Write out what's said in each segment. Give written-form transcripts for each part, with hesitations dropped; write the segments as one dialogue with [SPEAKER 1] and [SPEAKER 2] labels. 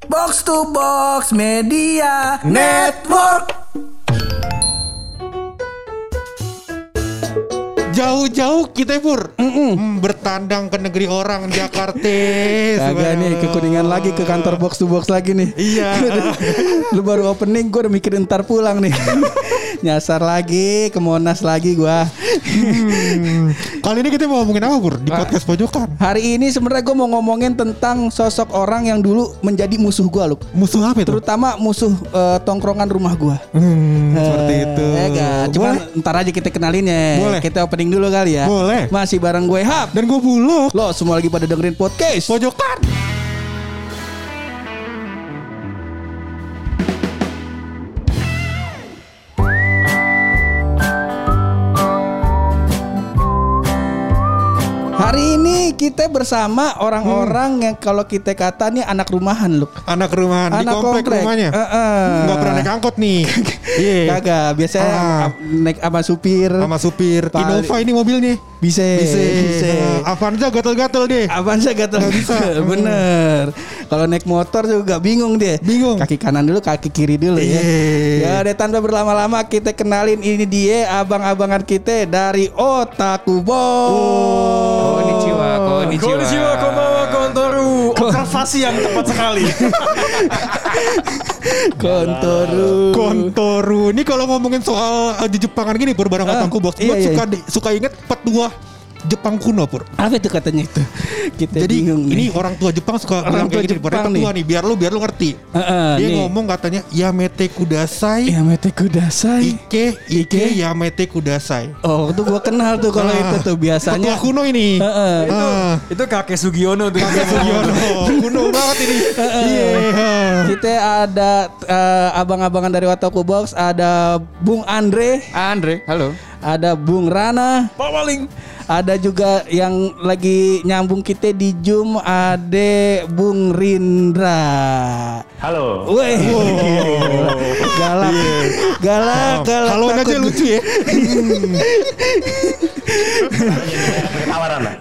[SPEAKER 1] Box to Box Media Network.
[SPEAKER 2] Jauh-jauh kita Pur bertandang ke negeri orang Jakarta.
[SPEAKER 3] Kagak nih ke Kuningan lagi, ke kantor Box to Box lagi nih.
[SPEAKER 2] Iya.
[SPEAKER 3] Lu baru opening, gue udah mikirin ntar pulang nih. Nyasar lagi, ke Monas lagi gue.
[SPEAKER 2] Kali ini kita mau ngomongin apa Pur di podcast Pojokan?
[SPEAKER 3] Hari ini sebenarnya gue mau ngomongin tentang sosok orang yang dulu menjadi musuh gue, Luk.
[SPEAKER 2] Musuh apa itu?
[SPEAKER 3] Terutama musuh tongkrongan rumah gue.
[SPEAKER 2] Seperti itu.
[SPEAKER 3] Cuma ntar aja kita kenalinnya.
[SPEAKER 2] Boleh.
[SPEAKER 3] Kita opening dulu kali ya.
[SPEAKER 2] Boleh.
[SPEAKER 3] Masih bareng gue Hap
[SPEAKER 2] Dan gue Bulog.
[SPEAKER 3] Lo semua lagi pada dengerin podcast
[SPEAKER 2] Pojokan.
[SPEAKER 3] Hari ini kita bersama orang-orang yang kalau kita kata nih anak rumahan, Luk.
[SPEAKER 2] Anak rumahan di komplek rumahnya. Nggak pernah naik angkot nih. Iya.
[SPEAKER 3] Kagak, biasanya naik sama supir.
[SPEAKER 2] Sama supir. Innova ini mobilnya.
[SPEAKER 3] Bisa.
[SPEAKER 2] Avanza gatel-gatel deh.
[SPEAKER 3] Avanza gatel bisa. Bener. Kalau naik motor juga bingung dia.
[SPEAKER 2] Bingung.
[SPEAKER 3] Kaki kanan dulu, kaki kiri dulu ya. Ya udah tanpa berlama-lama kita kenalin, ini dia abang-abangan kita dari Otaku Box.
[SPEAKER 4] Konnichiwa, konbawa, kontoru. Observasi yang tepat sekali.
[SPEAKER 2] Kontoru. Ini kalau ngomongin soal di Jepangan gini Pur, barang Otaku Box, gue suka inget petua Jepang kuno Pur.
[SPEAKER 3] Apa itu katanya itu? Kita
[SPEAKER 2] jadi
[SPEAKER 3] bingung
[SPEAKER 2] ini
[SPEAKER 3] nih.
[SPEAKER 2] orang tua Jepang suka bilang kayak gini, petua nih biar lu ngerti. Dia
[SPEAKER 3] nih.
[SPEAKER 2] ngomong katanya Yamete Kudasai.
[SPEAKER 3] Yamete Kudasai.
[SPEAKER 2] Ike Yamete Kudasai.
[SPEAKER 3] Oh, itu gua kenal tuh kalau itu tuh biasanya.
[SPEAKER 2] Petua kuno ini.
[SPEAKER 4] Itu kakek Sugiono tuh.
[SPEAKER 2] Kakek Sugiono. Kuno banget ini. Iya.
[SPEAKER 3] Kita ada abang-abangan dari Otaku Box, ada Bung Andre,
[SPEAKER 4] Halo.
[SPEAKER 3] ada Bung Rana,
[SPEAKER 4] Pak Maling.
[SPEAKER 3] ada juga yang lagi nyambung kita di Zoom, ada Bung Rindra.
[SPEAKER 5] Halo.
[SPEAKER 3] Weh, galak.
[SPEAKER 2] Halo aja lucu ya.
[SPEAKER 5] Tawaran lah.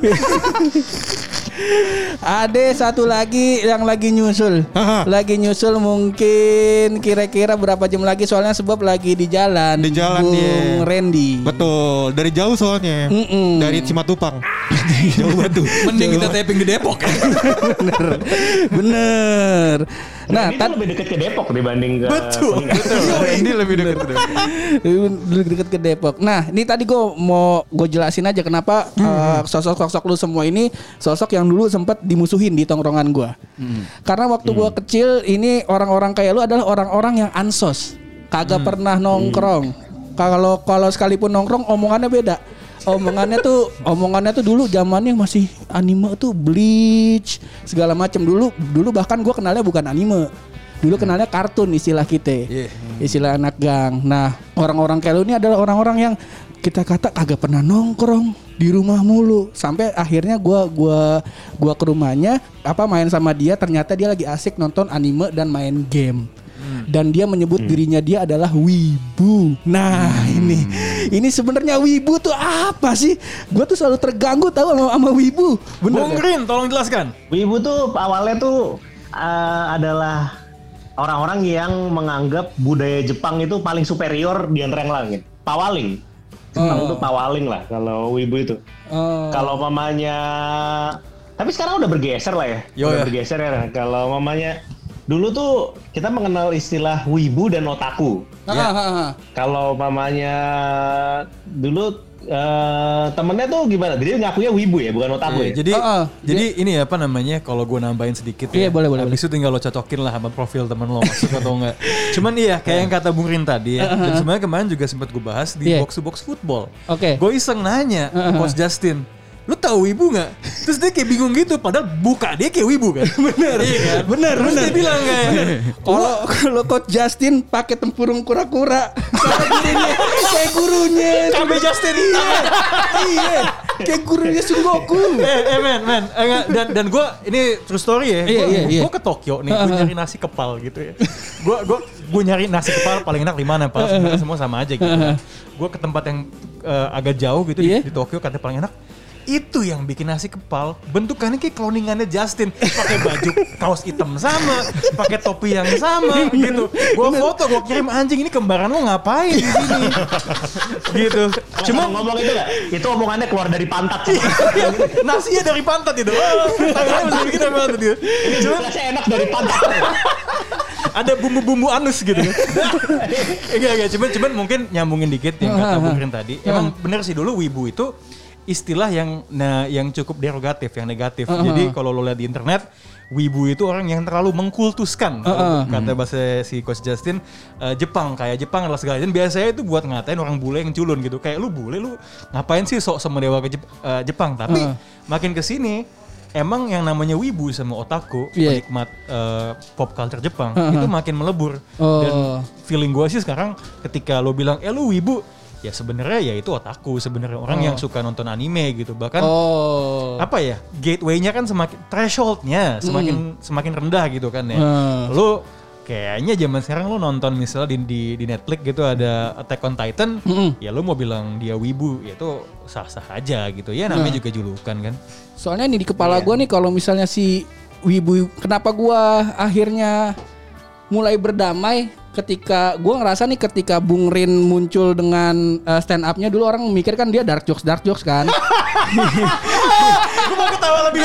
[SPEAKER 3] Ada satu lagi yang lagi nyusul. Mungkin kira-kira berapa jam lagi, soalnya sebab lagi di jalan. Bung Randy.
[SPEAKER 2] Betul, dari jauh soalnya. Dari Cimatupang. Jauh batu.
[SPEAKER 4] Mending kita taping di Depok.
[SPEAKER 3] Bener. Nah,
[SPEAKER 5] Randy tuh lebih dekat ke Depok dibanding ke
[SPEAKER 4] Betul. Randy lebih dekat ke Depok.
[SPEAKER 3] Lebih dekat ke Depok. Nah, ini tadi gue jelasin aja kenapa sosok-sosok lu semua ini sosok yang dulu sempat dimusuhin di tongkrongan gue. Karena waktu gue kecil ini orang-orang kayak lu adalah orang-orang yang ansos, kagak pernah nongkrong. Kalau sekalipun nongkrong omongannya beda. Omongannya tuh dulu zamannya masih anime tuh, Bleach segala macam. Dulu bahkan gue kenalnya bukan anime. Dulu kenalnya kartun, istilah kita. Istilah anak gang. Nah, orang-orang kayak lu ini adalah orang-orang yang kita kata kagak pernah nongkrong, di rumah mulu. Sampai akhirnya gua ke rumahnya, main sama dia, ternyata dia lagi asik nonton anime dan main game. Dan dia menyebut dirinya dia adalah wibu. Nah, ini sebenarnya wibu tuh apa sih? Gue tuh selalu terganggu tahu sama wibu. Bener.
[SPEAKER 4] Bung Rin, tolong jelaskan.
[SPEAKER 5] Wibu tuh awalnya tuh adalah orang-orang yang menganggap budaya Jepang itu paling superior di antara yang lain. Pawaling. Jepang itu pawaling lah kalau wibu itu. Kalau mamanya, tapi sekarang udah bergeser lah ya. Bergeser ya. Kalau mamanya dulu tuh kita mengenal istilah wibu dan otaku. Kalau mamanya dulu temennya tuh gimana? Dia ngakunya wibu ya, bukan otaku ya.
[SPEAKER 4] Jadi ini apa namanya? Kalau gue nambahin sedikit
[SPEAKER 3] ya. Boleh.
[SPEAKER 4] Habis itu tinggal lo cocokin lah sama profil temen lo, masuk atau enggak. Cuman kayak yang kata Bung Rin tadi ya. Dan sebenarnya kemarin juga sempat gue bahas di Box to Box Football. Gue iseng nanya ke Coach Justin, lu tahu wibu nggak? Terus dia kayak bingung gitu, padahal buka dia kayak wibu kan? Bener, iya kan? Bener. Terus dia bilang
[SPEAKER 3] kalau Coach Justin pakai tempurung kura-kura, kayak gurunya.
[SPEAKER 4] Kami Justin,
[SPEAKER 3] iya, kayak gurunya Sunggoku.
[SPEAKER 4] Men, dan gue ini true story ya. Gue ke Tokyo nih, gue nyari nasi kepal gitu ya. Gue nyari nasi kepal paling enak di mana? Padahal sebenarnya semua sama aja gitu. Gue ke tempat yang agak jauh gitu di Tokyo, katanya paling enak. Itu yang bikin nasi kepal bentukannya kayak cloningannya Justin, pakai baju kaos hitam sama, pakai topi yang sama gitu. Gua foto, gua kirim, anjing ini kembaran lo ngapain di sini? Gitu. Cuma
[SPEAKER 5] ngomong itu enggak? Itu omongannya keluar dari pantat.
[SPEAKER 4] Nasinya dari pantat itu. Tangannya masih bikin dari pantat gitu.
[SPEAKER 5] Cuma enak dari pantat.
[SPEAKER 4] Ada bumbu-bumbu anus gitu. Enggak, cuman mungkin nyambungin dikit yang kata Bung Rin tadi. Emang bener sih, dulu wibu itu istilah yang cukup derogatif, yang negatif. Jadi kalau lo lihat di internet, wibu itu orang yang terlalu mengkultuskan. Kata bahasa si Coach Justin, Jepang adalah segala. Dan biasanya itu buat ngatain orang bule yang culun gitu. Kayak lu bule, lu ngapain sih sok sama dewa ke Jepang. Tapi makin kesini, emang yang namanya wibu sama otaku, penikmat pop culture Jepang, itu makin melebur. Dan feeling gue sih sekarang ketika lo bilang, lu wibu, ya sebenarnya ya itu otaku sebenarnya, orang yang suka nonton anime gitu. Bahkan apa ya, gateway-nya kan semakin, threshold-nya semakin rendah gitu kan ya. Lo kayaknya zaman sekarang lo nonton misalnya di Netflix gitu ada Attack on Titan, ya lo mau bilang dia wibu, ya itu sah-sah aja gitu. Ya namanya juga julukan kan.
[SPEAKER 3] Soalnya nih di kepala gue nih, kalau misalnya si wibu, kenapa gue akhirnya mulai berdamai ketika gue ngerasa nih ketika Bung Rin muncul dengan stand up-nya. Dulu orang mikir kan dia dark jokes kan.
[SPEAKER 4] Gue mau ketawa lebih.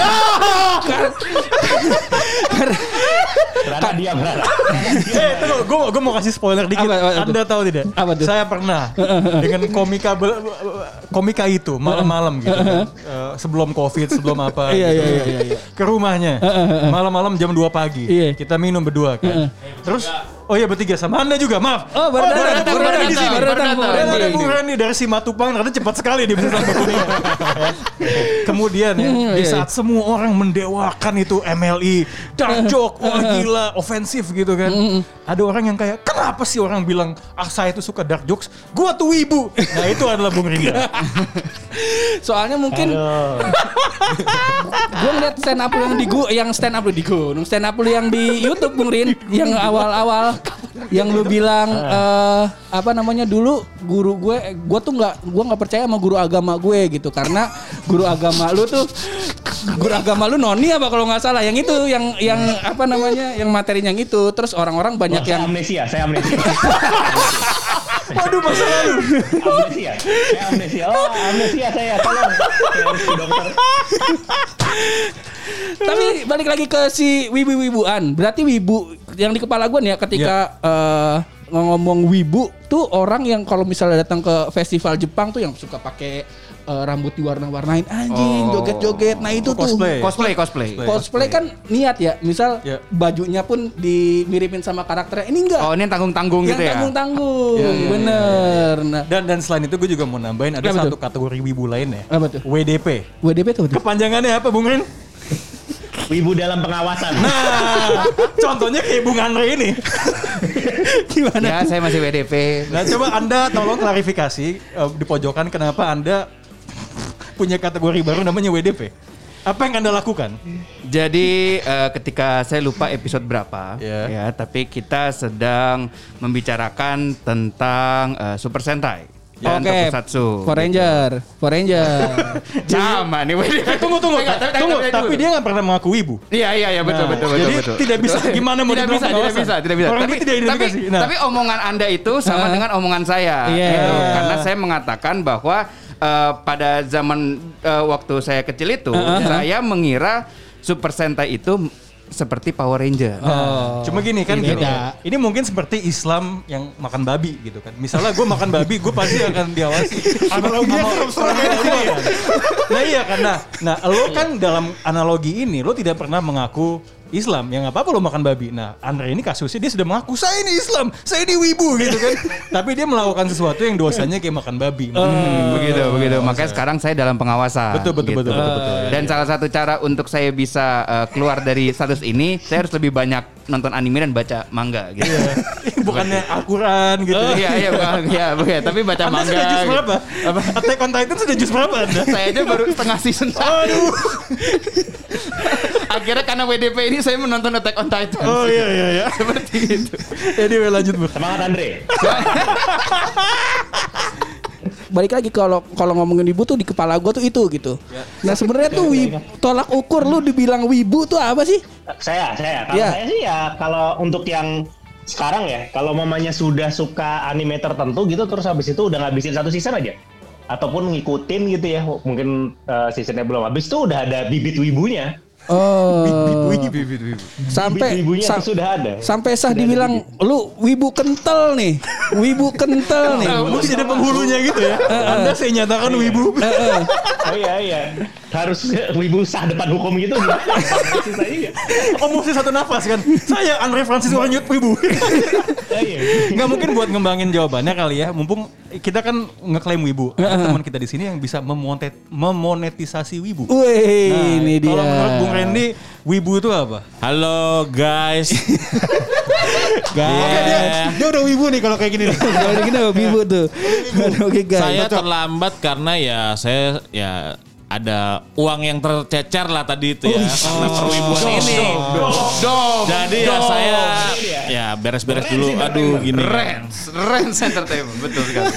[SPEAKER 5] Karena dia berharap.
[SPEAKER 4] Gue mau kasih spoiler dikit. Anda tahu tidak?
[SPEAKER 3] Apa tuh?
[SPEAKER 4] Saya pernah dengan komika itu malam-malam gitu kan. Sebelum COVID, sebelum apa gitu. Ke rumahnya. Malam-malam jam 2 pagi. Kita minum berdua kan. Terus oh iya bertiga sama Anda juga, maaf.
[SPEAKER 3] Oh baru datang di sini.
[SPEAKER 4] Ada Bung Rani dari Simatupang, ternyata cepat sekali dia bisa sampai kuning. Kemudian ya, di saat semua orang mendewakan itu MLI, dark joke, gila, ofensif gitu kan. Ada orang yang kayak, kenapa sih orang bilang, saya itu suka dark jokes, gua tuh wibu. Nah itu adalah Bung Rinda.
[SPEAKER 3] Soalnya mungkin gue ngeliat stand up yang stand up lu yang di YouTube Bung Rin, yang awal-awal yang lu bilang apa namanya, dulu guru gue tuh nggak percaya sama guru agama gue gitu, karena guru agama lu noni apa kalau nggak salah, yang itu yang apa namanya, yang materinya yang itu. Terus orang-orang banyak yang
[SPEAKER 5] saya amnesia.
[SPEAKER 4] Waduh, masa lalu.
[SPEAKER 5] Amnesia. Amnesia saya. Tolong. Dokter.
[SPEAKER 3] Tapi balik lagi ke si wibu-wibuan. Berarti wibu yang di kepala gue nih ya, ketika ngomong wibu tuh orang yang kalau misalnya datang ke festival Jepang tuh yang suka pakai rambut diwarna-warnain, anjing, joget-joget. Nah itu cosplay kan niat ya. Misal bajunya pun dimiripin sama karakternya. Ini enggak. Oh, ini yang tanggung-tanggung gitu ya. Tanggung-tanggung. Bener. Nah.
[SPEAKER 4] Dan selain itu gue juga mau nambahin ada satu kategori wibu lain ya.
[SPEAKER 3] Apa tuh?
[SPEAKER 4] WDP.
[SPEAKER 3] WDP tuh.
[SPEAKER 4] Kepanjangannya apa, Bung Rin?
[SPEAKER 5] Wibu dalam pengawasan.
[SPEAKER 4] Nah, contohnya kayak Bung Andre ini.
[SPEAKER 3] Gimana?
[SPEAKER 6] Ya, saya masih WDP.
[SPEAKER 4] Nah, coba Anda tolong klarifikasi di pojokan kenapa Anda punya kategori baru namanya WDP. Apa yang Anda lakukan?
[SPEAKER 6] Jadi ketika saya lupa episode berapa, ya, tapi kita sedang membicarakan tentang Super Sentai.
[SPEAKER 3] Oke, Power Ranger.
[SPEAKER 6] Sama nih.
[SPEAKER 4] Tunggu. Tapi dia nggak pernah mengaku ibu.
[SPEAKER 6] Iya, betul.
[SPEAKER 4] Jadi tidak bisa gimana mau
[SPEAKER 6] tidak bisa. Tapi omongan Anda itu sama dengan omongan saya. Gitu. Karena saya mengatakan bahwa pada zaman waktu saya kecil itu, saya mengira Super Sentai itu seperti Power Ranger.
[SPEAKER 4] Cuma gini kan, ini mungkin seperti Islam yang makan babi gitu kan. Misalnya gue makan babi, gue pasti akan diawasi. Analoginya ya. Nah iya kan, nah lo kan dalam analogi ini lo tidak pernah mengaku Islam, ya nggak apa-apa lo makan babi. Nah Andre ini kasusnya dia sudah mengaku saya ini Islam, saya ini wibu gitu kan. Tapi dia melakukan sesuatu yang dosanya kayak makan babi.
[SPEAKER 6] Begitu. Makanya sekarang saya dalam pengawasan.
[SPEAKER 4] Betul.
[SPEAKER 6] Dan salah satu cara untuk saya bisa keluar dari status ini, saya harus lebih banyak nonton anime dan baca manga gitu.
[SPEAKER 4] Bukannya Al-Quran gitu.
[SPEAKER 6] Iya, tapi baca
[SPEAKER 4] Anda
[SPEAKER 6] manga.
[SPEAKER 4] Sudah jus berapa? Attack on Titan sudah jus berapa Anda?
[SPEAKER 6] Saya aja baru setengah season.
[SPEAKER 4] Aduh.
[SPEAKER 6] Akhirnya karena WDP ini saya menonton Attack on Titan.
[SPEAKER 4] Oh iya.
[SPEAKER 6] Seperti itu.
[SPEAKER 4] Jadi lanjut Bu.
[SPEAKER 5] Semangat Andre.
[SPEAKER 3] balik lagi kalau ngomongin wibu tuh di kepala gue tuh itu gitu. Nah sebenarnya tuh tolak ukur lu dibilang wibu tuh apa sih?
[SPEAKER 5] Saya sih ya kalau untuk yang sekarang ya, kalau mamanya sudah suka anime tertentu gitu, terus habis itu udah ngabisin satu season aja, ataupun ngikutin gitu ya, mungkin seasonnya belum habis tuh udah ada bibit wibunya.
[SPEAKER 3] Bibit. Sampai
[SPEAKER 5] sudah ada.
[SPEAKER 3] Sampai Sah dibilang lu wibu kental nih. Wibu kental nih.
[SPEAKER 4] Lu jadi penghulunya gitu ya. Anda saya nyatakan wibu.
[SPEAKER 5] Oh iya. Harus wibu sah depan hukum gitu.
[SPEAKER 4] Mesti satu nafas kan. Saya Andre Francis Wanyut wibu. Nggak mungkin buat ngembangin jawabannya kali ya. Mumpung kita kan ngeklaim wibu. Ada teman kita di sini yang bisa memonetisasi wibu.
[SPEAKER 3] Wih, ini dia.
[SPEAKER 4] Kalau menurut Bung Randy, wibu itu apa?
[SPEAKER 7] Halo guys.
[SPEAKER 2] Dia udah wibu nih kalau kayak gini.
[SPEAKER 3] Kalau gini wibu tuh. Oke guys.
[SPEAKER 7] Saya terlambat karena saya ada uang yang tercecer lah tadi itu ya. Karena perwibuan ini. Jadi saya beres-beres dulu. Aduh gini.
[SPEAKER 6] Rens Entertainment, betul sekali.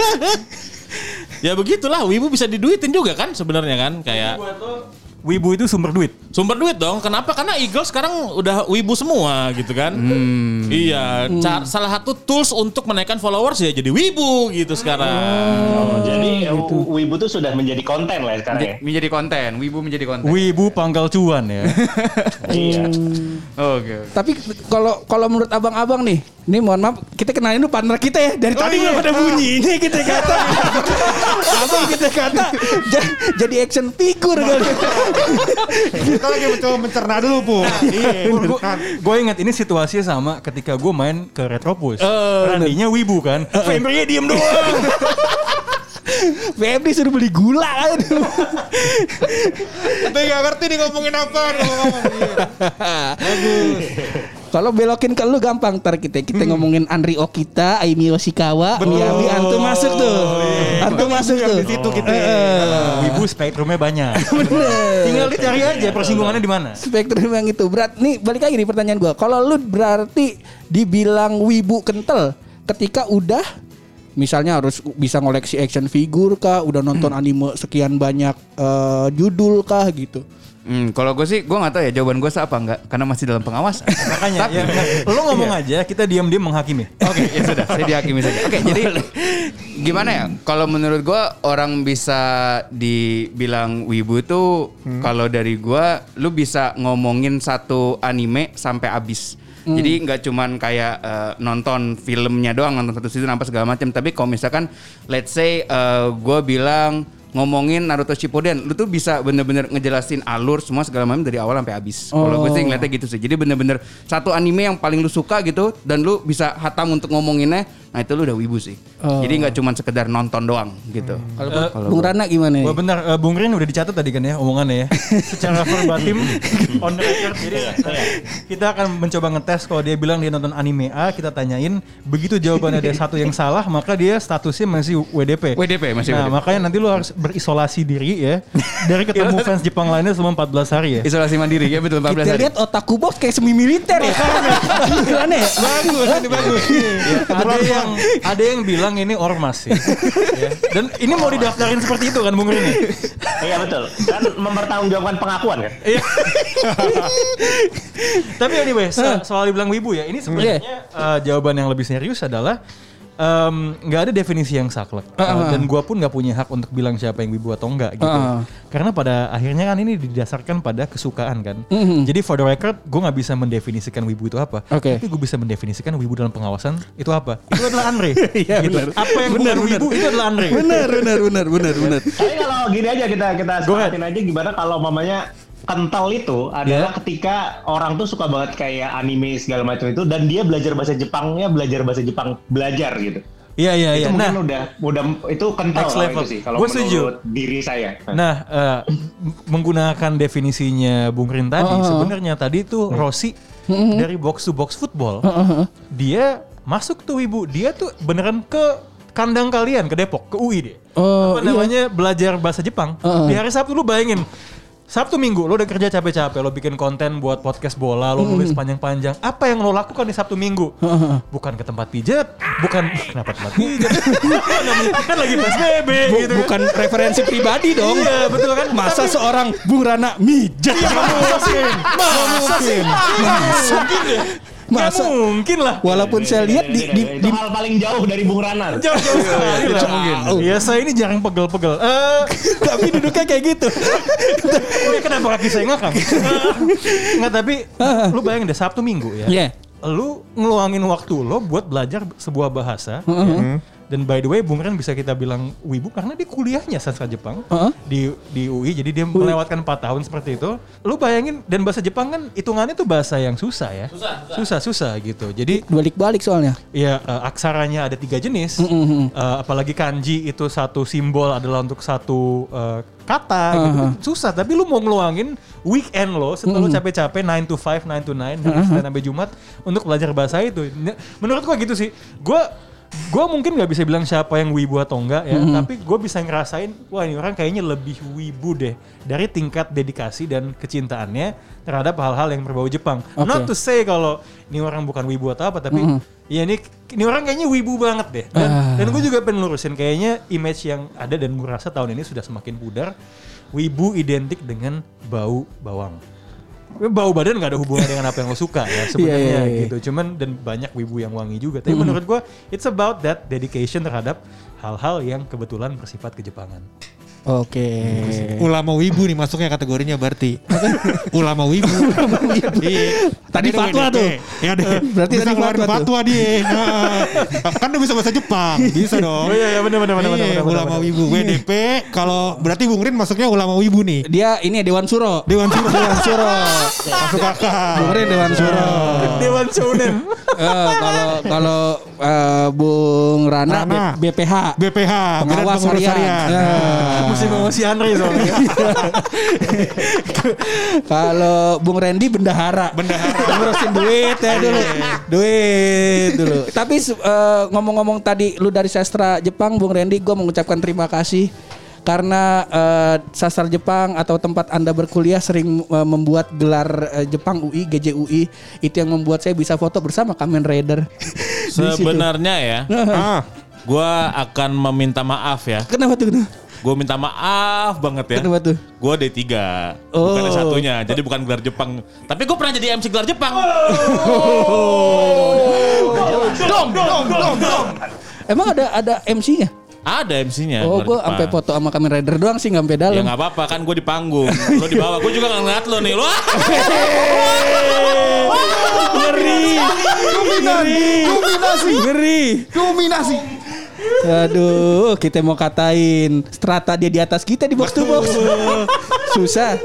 [SPEAKER 7] Ya begitulah, wibu bisa diduitin juga kan sebenarnya kan, kayak
[SPEAKER 4] wibu itu sumber duit.
[SPEAKER 7] Sumber duit dong. Kenapa? Karena Eagles sekarang udah wibu semua gitu kan. Iya. Salah satu tools untuk menaikkan followers ya jadi wibu gitu sekarang.
[SPEAKER 5] Jadi wibu tuh sudah menjadi konten lah sekarang ya.
[SPEAKER 6] Menjadi konten. Wibu menjadi konten.
[SPEAKER 4] Wibu pangkal cuan ya.
[SPEAKER 5] Iya.
[SPEAKER 6] Oke.
[SPEAKER 3] Tapi kalau menurut abang-abang nih, ini mohon maaf, kita kenalin dulu partner kita ya. Dari tadi belum ada bunyi. Ini kita kata jadi action figure kali.
[SPEAKER 2] Kita lagi mencoba mencerna dulu, Bu.
[SPEAKER 4] Gue ingat ini situasinya sama ketika gue main ke Retropus. Randinya wibu kan. Fembri diem doang.
[SPEAKER 3] Febri suruh beli gula kan.
[SPEAKER 2] Tapi gak ngerti nih ngomongin apa. Bagus.
[SPEAKER 3] Kalau belokin ke lu gampang, ntar kita ngomongin Andri Okita, Aimi Yoshikawa, Miyabi, Antum masuk tuh. Antum masuk tuh.
[SPEAKER 2] Di situ kita.
[SPEAKER 4] Wibu spektrumnya banyak.
[SPEAKER 3] Bener.
[SPEAKER 4] Tinggal dicari aja persinggungannya di mana.
[SPEAKER 3] Spektrum yang itu berat. Nih balik lagi nih pertanyaan gue. Kalau lu berarti dibilang wibu kental ketika udah misalnya harus bisa ngoleksi action figure kah, udah nonton anime sekian banyak judul kah gitu.
[SPEAKER 6] Kalau gue sih, gue nggak tahu ya jawaban gue apa enggak, karena masih dalam pengawasan.
[SPEAKER 4] Makanya, lo ngomong aja, kita diam-diam menghakimi.
[SPEAKER 6] Oke, ya sudah, saya dihakimi saja. Oke, jadi gimana ya? Kalau menurut gue orang bisa dibilang wibu itu, kalau dari gue, lu bisa ngomongin satu anime sampai habis. Jadi nggak cuman kayak nonton filmnya doang, nonton satu season apa segala macam. Tapi kalau misalkan, let's say gue bilang ngomongin Naruto Shippuden, lu tuh bisa bener-bener ngejelasin alur semua segala macam dari awal sampai habis. Kalau gue sih ngeliatnya gitu sih. Jadi bener-bener satu anime yang paling lu suka gitu dan lu bisa hatam untuk ngomonginnya, nah itu lu udah wibu sih. Jadi nggak cuma sekedar nonton doang gitu.
[SPEAKER 3] Kalau Bung Rana gimana?
[SPEAKER 4] Wah benar, Bung Rin udah dicatat tadi kan ya omongannya ya. Secara verbatim on the record. Jadi kita akan mencoba ngetes kalau dia bilang dia nonton anime A, kita tanyain begitu jawabannya ada satu yang salah, maka dia statusnya masih WDP.
[SPEAKER 6] Masih WDP.
[SPEAKER 4] Makanya nanti lu harus berisolasi diri ya dari ketemu fans Jepang lainnya selama 14 hari ya.
[SPEAKER 6] Isolasi mandiri ya, betul, 14 hari.
[SPEAKER 3] Kita lihat Otaku Box kayak semi militer ya. Gimana ya?
[SPEAKER 2] Bagus.
[SPEAKER 4] Ada yang bilang ini ormas ya. Dan ini mau didaftarin seperti itu kan Bung Rini?
[SPEAKER 5] Iya betul. Kan mempertanggungjawabkan pengakuan kan.
[SPEAKER 4] Iya. Tapi anyway, soal dibilang wibu ya, ini sebenarnya jawaban yang lebih serius adalah nggak ada definisi yang saklek dan gue pun nggak punya hak untuk bilang siapa yang wibu atau enggak gitu karena pada akhirnya kan ini didasarkan pada kesukaan kan. Jadi for the record gue nggak bisa mendefinisikan wibu itu apa, tapi gue bisa mendefinisikan wibu dalam pengawasan itu apa. Itu adalah Andre. Gitu. Apa yang bukan wibu itu adalah Andre.
[SPEAKER 3] Benar.
[SPEAKER 5] Tapi kalau gini aja kita sepakatin aja gimana kalau mamanya kental itu adalah ketika orang tuh suka banget kayak anime segala macam itu dan dia belajar bahasa Jepang gitu.
[SPEAKER 4] Iya.
[SPEAKER 5] Itu mungkin udah itu kental lah itu sih kalau menurut diri saya.
[SPEAKER 4] Nah, menggunakan definisinya Bung Rin tadi, sebenarnya tadi itu Rossi dari Box to Box Football. Dia masuk tuh wibu, dia tuh beneran ke kandang kalian ke Depok, ke UI dia. Belajar bahasa Jepang. Di hari Sabtu lu bayangin Sabtu Minggu lo udah kerja capek-capek, lo bikin konten buat podcast bola, lo nulis panjang-panjang. Apa yang lo lakukan di Sabtu Minggu? Bukan ke tempat pijat, bukan kenapa tempat pijat? Kan lagi PSBB gitu kan.
[SPEAKER 3] Bukan referensi pribadi dong.
[SPEAKER 4] Iya, betul kan?
[SPEAKER 3] Masa seorang Bung Rana mijat?
[SPEAKER 4] Masa mungkin lah.
[SPEAKER 3] Walaupun saya lihat di
[SPEAKER 5] hal paling jauh dari Bung Rana.
[SPEAKER 4] Jauh sekali lah mungkin. Ya saya ini jarang pegel-pegel.
[SPEAKER 3] tapi duduknya kayak gitu.
[SPEAKER 4] Kenapa kaki saya ngakak? Nggak, tapi lu bayangin deh Sabtu Minggu ya.
[SPEAKER 3] Iya.
[SPEAKER 4] Lu ngeluangin waktu lo buat belajar sebuah bahasa. Ya. Dan by the way Bung Ren bisa kita bilang wibu karena dia kuliahnya sastra Jepang di UI, jadi dia melewatkan 4 tahun seperti itu. Lu bayangin, dan bahasa Jepang kan hitungannya tuh bahasa yang susah ya. Susah gitu. Jadi
[SPEAKER 3] balik-balik soalnya.
[SPEAKER 4] Iya, aksaranya ada 3 jenis. Apalagi kanji itu satu simbol adalah untuk satu kata gitu. Susah, tapi lu mau ngeluangin weekend lo setelah lu capek-capek 9 to 5, 9 to 9 dari Senin sampai Jumat untuk belajar bahasa itu. Menurut gua gitu sih. Gue mungkin nggak bisa bilang siapa yang wibu atau enggak ya, tapi gue bisa ngerasain, wah ini orang kayaknya lebih wibu deh dari tingkat dedikasi dan kecintaannya terhadap hal-hal yang berbau Jepang. Not to say kalau ini orang bukan wibu atau apa, tapi ya ini orang kayaknya wibu banget deh. Dan gue juga pengen lurusin kayaknya image yang ada, dan gue rasa tahun ini sudah semakin pudar. Wibu identik dengan bau bawang. Bau badan gak ada hubungan dengan apa yang lo suka ya sebenarnya gitu. Cuman dan banyak wibu yang wangi juga. Tapi menurut gue it's about that dedication terhadap hal-hal yang kebetulan bersifat kejepangan.
[SPEAKER 3] Oke.
[SPEAKER 2] Ulama wibu nih masuknya kategorinya berarti. Ulama wibu.
[SPEAKER 3] Tadi fatwa tuh.
[SPEAKER 2] Ya deh.
[SPEAKER 3] Berarti
[SPEAKER 2] bisa ngeluarin fatwa dia. Kan udah bisa bahasa Jepang. Bisa dong.
[SPEAKER 4] Oh iya benar.
[SPEAKER 2] Ulama wibu. WDP kalau berarti Bung Rin masuknya ulama wibu nih.
[SPEAKER 3] Dia ini ya Dewan Suro.
[SPEAKER 2] Masuk kakak.
[SPEAKER 3] Bung Rin Dewan Suro.
[SPEAKER 4] Dewan Shonen.
[SPEAKER 3] Kalau Bung Rana. BPH.
[SPEAKER 2] Pengawas harian.
[SPEAKER 4] Musim emosi Andre soalnya.
[SPEAKER 3] Kalau Bung Randy bendahara. Ngurusin duit ya dulu. Duit dulu. Tapi ngomong-ngomong tadi lu dari sastra Jepang, Bung Randy, gue mengucapkan terima kasih karena sastra Jepang atau tempat Anda berkuliah sering membuat gelar Jepang UI, GJUI, itu yang membuat saya bisa foto bersama Kamen Rider.
[SPEAKER 7] Sebenarnya ya, gue akan meminta maaf ya.
[SPEAKER 3] Kenapa tuh?
[SPEAKER 7] Gue minta maaf banget ya.
[SPEAKER 3] Kenapa tuh?
[SPEAKER 7] Gue D3, bukan D1-nya. Jadi bukan gelar Jepang. Tapi gue pernah jadi MC gelar Jepang.
[SPEAKER 3] Dong. Emang ada MC-nya?
[SPEAKER 7] Ada MC-nya.
[SPEAKER 3] Oh, gue sampai foto sama Kamen Rider doang sih, nggak sampai dalam.
[SPEAKER 7] Ya nggak apa-apa, kan gue di panggung. Lo di bawah, gue juga nggak ngeliat lo nih. Lo.
[SPEAKER 3] Dominasi. Aduh, kita mau katain strata dia di atas kita di box to box. Susah.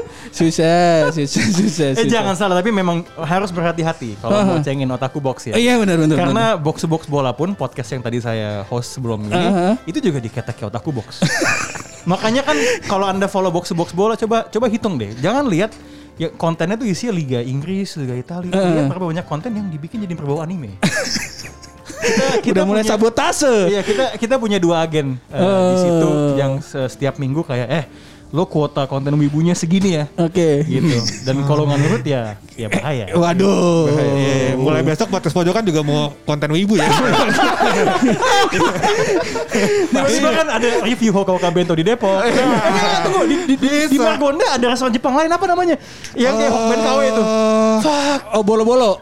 [SPEAKER 4] Jangan salah, tapi memang harus berhati-hati kalau mau cengin Otaku Box ya.
[SPEAKER 3] Iya benar.
[SPEAKER 4] Karena box to box bola pun podcast yang tadi saya host sebelum ini itu juga diketek Otaku Box. Makanya kan kalau Anda follow box to box bola, coba hitung deh. Jangan lihat ya kontennya tuh isinya Liga Inggris, Liga Italia. Lihat berapa banyak konten yang dibikin jadi berbau anime. Kita
[SPEAKER 3] udah mulai sabotase.
[SPEAKER 4] Iya, kita punya 2 agen di situ yang setiap minggu kayak lo kuota konten wibunya segini ya.
[SPEAKER 3] Oke.
[SPEAKER 4] Gitu. Dan kalau nggak nurut ya bahaya.
[SPEAKER 3] Waduh.
[SPEAKER 2] Bahaya. Mulai besok podcast pojokan juga mau konten wibu ya.
[SPEAKER 4] Tiba-tiba kan ada review Hoka Bento di Depok. Tunggu di Margonda ada restoran Jepang lain apa namanya? Yang kayak Hokben KW itu.
[SPEAKER 3] Fuck. Oh bolo-bolo.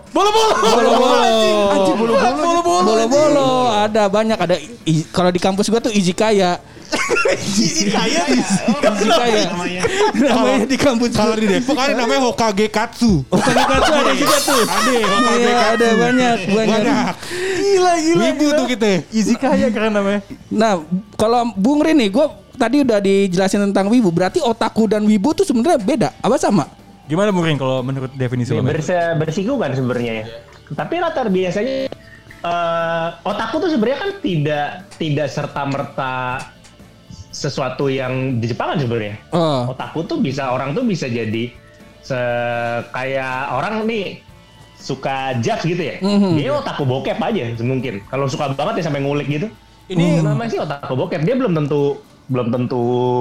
[SPEAKER 3] Anjir bolo-bolo. Ada banyak, ada kalau di kampus gua tuh Izikaya.
[SPEAKER 5] Izikaya.
[SPEAKER 3] Namanya di kampus.
[SPEAKER 2] Kalau di Depok ada namanya Hokage Katsu.
[SPEAKER 3] Ada juga tuh. Ada banyak.
[SPEAKER 4] Gila.
[SPEAKER 2] Wibu tuh kita.
[SPEAKER 4] Izikaya keren namanya.
[SPEAKER 3] Nah, kalau Bung Rin nih, gue tadi udah dijelasin tentang wibu. Berarti otaku dan wibu tuh sebenarnya beda, apa sama?
[SPEAKER 4] Gimana Bung Rin kalau menurut definisi lo?
[SPEAKER 5] Bersinggungan sebenarnya ya. Tapi latar biasanya otaku tuh sebenarnya kan tidak serta-merta sesuatu yang di Jepang kan sebenarnya. Otaku tuh orang tuh bisa jadi kayak orang nih suka jazz gitu ya. Dia otaku bokep aja mungkin. Kalau suka banget ya sampai ngulik gitu. Ini namanya sih otaku bokep. Dia belum tentu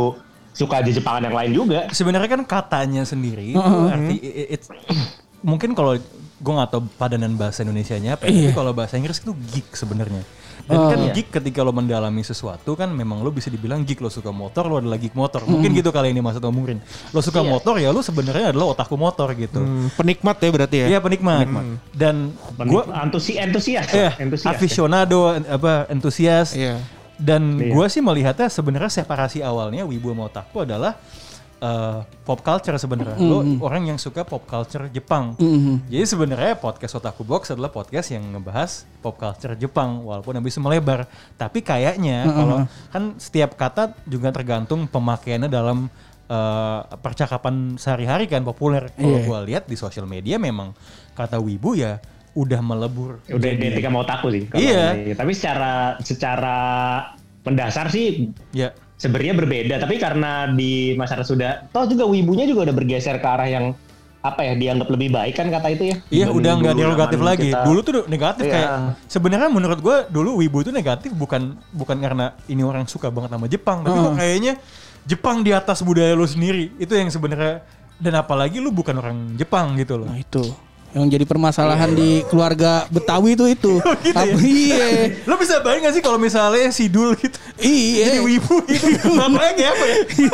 [SPEAKER 5] suka aja Jepangan yang lain juga.
[SPEAKER 4] Sebenarnya kan katanya sendiri itu arti mungkin kalau gue nggak tahu padanan bahasa Indonesianya apa, tapi kalau bahasa Inggris itu geek sebenarnya. Dan kan geek ketika lo mendalami sesuatu kan memang lo bisa dibilang geek. Lo suka motor, lo adalah geek motor. Mungkin gitu kali ini maksud Om Murin. Lo suka motor ya lo sebenarnya adalah otaku motor gitu.
[SPEAKER 2] Penikmat ya berarti ya?
[SPEAKER 4] Iya penikmat. Dan gue
[SPEAKER 5] antusias.
[SPEAKER 4] Aficionado, entusias. Dan gue sih melihatnya sebenarnya separasi awalnya wibu sama otaku adalah pop culture sebenarnya. Lo orang yang suka pop culture Jepang. Jadi sebenarnya podcast Otaku Box adalah podcast yang ngebahas pop culture Jepang walaupun habis melebar. Tapi kayaknya kalau kan setiap kata juga tergantung pemakaiannya dalam percakapan sehari-hari kan populer. Kalau gue lihat di sosial media memang kata wibu ya udah melebur.
[SPEAKER 5] Udah identik sama otaku sih. Tapi secara mendasar sih sebenarnya berbeda. Tapi karena di masyarakat sudah, toh juga wibunya juga udah bergeser ke arah yang dianggap lebih baik kan kata itu ya.
[SPEAKER 4] Iya udah nggak derogatif lagi. Dulu tuh negatif kayak sebenarnya menurut gue dulu wibu itu negatif bukan karena ini orang suka banget sama Jepang, tapi kok kayaknya Jepang di atas budaya lu sendiri itu yang sebenarnya, dan apalagi lu bukan orang Jepang gitu loh.
[SPEAKER 3] Nah itu yang jadi permasalahan di keluarga Betawi itu. Gitu
[SPEAKER 4] ya? Lo bisa bayangin gak sih kalau misalnya Sidul gitu? Jadi wibu gitu. Bapaknya apa ya?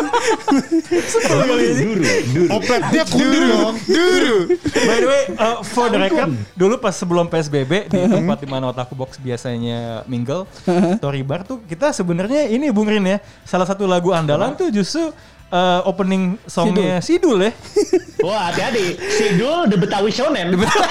[SPEAKER 2] Opletnya kundir dong.
[SPEAKER 4] Duru. By the way, for the record, dulu pas sebelum PSBB di tempat di mana Otaku Box biasanya mingle, Tory Bar tuh kita sebenarnya ini Bung Rin ya, salah satu lagu andalan tuh justru opening songnya Sidul ya.
[SPEAKER 5] Wah hati-hati, Sidul The Betawi Shonen.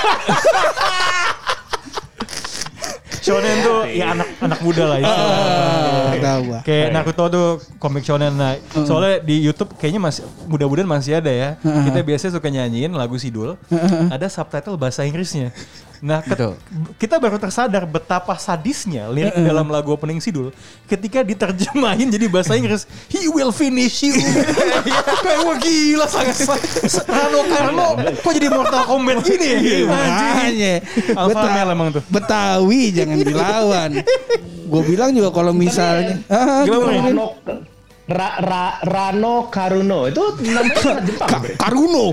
[SPEAKER 4] Shonen tuh ya anak muda lah kayak Naruto tuh komik shonen. Nah soalnya di YouTube kayaknya mudah-mudahan masih ada ya. Kita biasanya suka nyanyiin lagu Sidul, ada subtitle bahasa Inggrisnya. Nah kita baru tersadar betapa sadisnya lirik dalam lagu opening Sidul ketika diterjemahin jadi bahasa Inggris. He will finish you. Kayak wah gila sangat Rano Karno kok jadi Mortal Kombat gini ya. Alpha Male emang tuh
[SPEAKER 3] Betawi jangan dilawan. Gue bilang juga kalau misalnya
[SPEAKER 5] Rano Karuno itu namanya Jepang.
[SPEAKER 3] Karuno.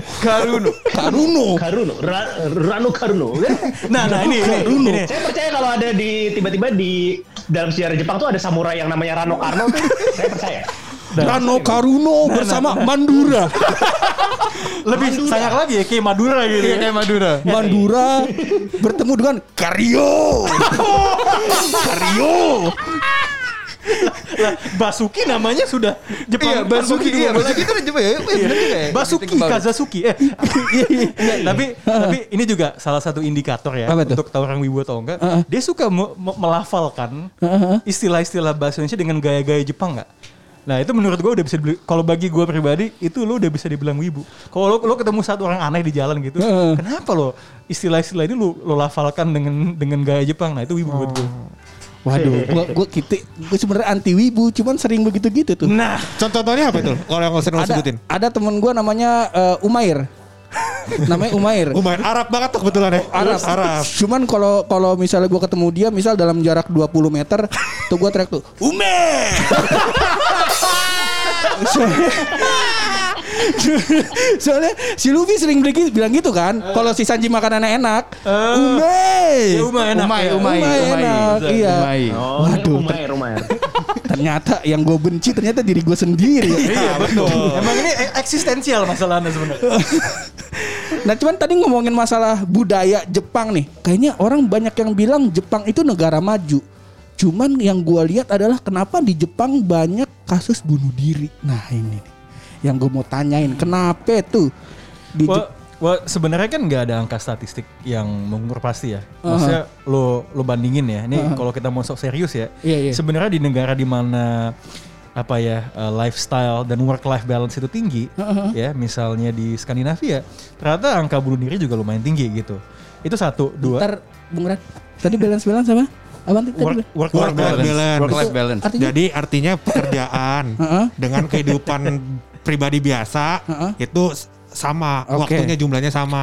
[SPEAKER 5] Rano Karuno.
[SPEAKER 4] Nah ini.
[SPEAKER 5] Saya percaya kalau ada tiba-tiba di dalam sejarah Jepang tuh ada samurai yang namanya Rano Karno tuh, saya percaya.
[SPEAKER 3] Rano Karuno bersama Mandura.
[SPEAKER 4] Lebih sayang lagi ya kayak Madura gitu.
[SPEAKER 3] Iya kayak Madura. Mandura bertemu dengan Karyo.
[SPEAKER 4] Lah, Basuki namanya sudah Jepang.
[SPEAKER 6] Iya, Basuki. Iya, Basuki itu Jepang ya.
[SPEAKER 4] Basuki Kazazuki. Tapi ini juga salah satu indikator ya untuk tahu orang wibu atau enggak. Dia suka melafalkan istilah-istilah bahasa Indonesia dengan gaya-gaya Jepang enggak? Nah itu menurut gue udah bisa kalau bagi gue pribadi itu lo udah bisa dibilang wibu. Kalau lo ketemu satu orang aneh di jalan gitu, kenapa lo istilah-istilah ini lo lafalkan dengan gaya Jepang? Nah itu wibu buat gue.
[SPEAKER 3] Waduh, gue sebenarnya anti wibu, cuman sering begitu-gitu tuh.
[SPEAKER 2] Nah, contohnya apa itu? Kalau yang sering lo sebutin.
[SPEAKER 3] Ada temen gue namanya Umair. Namanya Umair.
[SPEAKER 2] Arab banget tuh kebetulan ya.
[SPEAKER 3] Arab. Cuman kalau misalnya gue ketemu dia, misal dalam jarak 20 meter, tuh gue teriak tuh, Umair. Soalnya si Luffy sering bilang gitu kan. Kalau si Sanji makanannya enak, Umay enak. Iya.
[SPEAKER 5] Waduh. Umair.
[SPEAKER 3] Ternyata yang gue benci ternyata diri gue sendiri.
[SPEAKER 4] Iya betul. Emang ini eksistensial masalahnya sebenarnya.
[SPEAKER 3] Nah cuman tadi ngomongin masalah budaya Jepang nih. Kayaknya orang banyak yang bilang Jepang itu negara maju. Cuman yang gue lihat adalah kenapa di Jepang banyak kasus bunuh diri. Nah ini nih yang gue mau tanyain, kenapa tuh di
[SPEAKER 4] sebenarnya kan nggak ada angka statistik yang mengukur pasti ya. Maksudnya lo bandingin ya. Ini kalau kita mau sok serius ya. Sebenarnya di negara di mana lifestyle dan work life balance itu tinggi ya, misalnya di Skandinavia, ternyata angka bunuh diri juga lumayan tinggi gitu. Itu satu, dua.
[SPEAKER 3] Ntar Bung Ran, tadi balance apa?
[SPEAKER 2] Work life balance. Jadi artinya pekerjaan dengan kehidupan pribadi biasa itu sama, waktunya jumlahnya sama.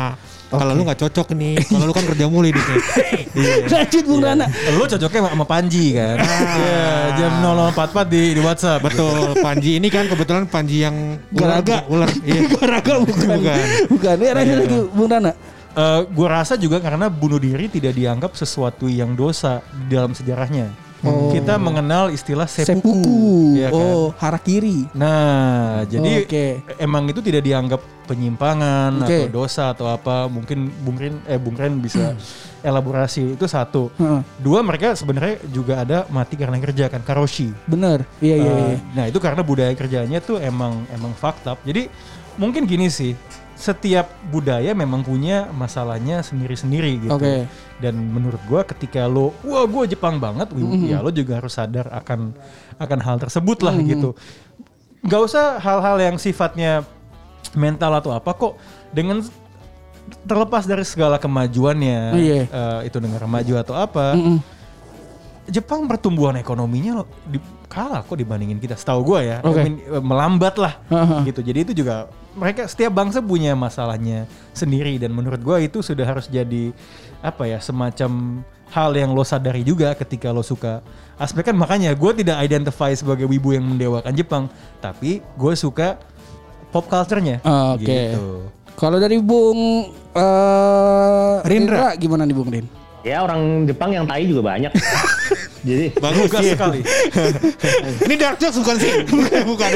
[SPEAKER 2] Kalau lu nggak cocok nih, kalau lu kan kerja mulu di sini.
[SPEAKER 3] Lanjut Bung Rana.
[SPEAKER 4] Lu cocoknya sama Panji kan. Iya, jam 00.44 di WhatsApp.
[SPEAKER 2] Betul, Panji ini kan kebetulan Panji yang ular. Iya.
[SPEAKER 3] Garaga bukan. Ini lagi Bung Rana.
[SPEAKER 4] Gue rasa juga karena bunuh diri tidak dianggap sesuatu yang dosa di dalam sejarahnya. Kita mengenal istilah seppuku.
[SPEAKER 3] Ya kan? Harakiri.
[SPEAKER 4] Nah, jadi emang itu tidak dianggap penyimpangan atau dosa atau apa. Mungkin Bung Ren bisa elaborasi. Itu satu. Dua, mereka sebenarnya juga ada mati karena kerja kan, karoshi.
[SPEAKER 3] Bener. Iya.
[SPEAKER 4] Nah, itu karena budaya kerjanya tuh emang fucked up. Jadi mungkin gini sih. Setiap budaya memang punya masalahnya sendiri-sendiri gitu. Dan menurut gue ketika gue Jepang banget, ya lo juga harus sadar akan hal tersebut lah gitu. Gak usah hal-hal yang sifatnya mental atau apa kok, dengan terlepas dari segala kemajuannya, itu negara maju atau apa, Jepang pertumbuhan ekonominya kalah kok dibandingin kita, setahu gue ya. Melambat lah gitu. Jadi itu juga mereka setiap bangsa punya masalahnya sendiri, dan menurut gue itu sudah harus jadi semacam hal yang lo sadari juga ketika lo suka aspek kan. Makanya gue tidak identify sebagai wibu yang mendewakan Jepang, tapi gue suka pop culture-nya. Gitu.
[SPEAKER 3] Kalau dari Bung Rindra gimana nih Bung Rin?
[SPEAKER 5] Ya orang Jepang yang tai juga banyak. Jadi
[SPEAKER 4] bagus sekali.
[SPEAKER 2] Ini dark jokes bukan sih? Bukan.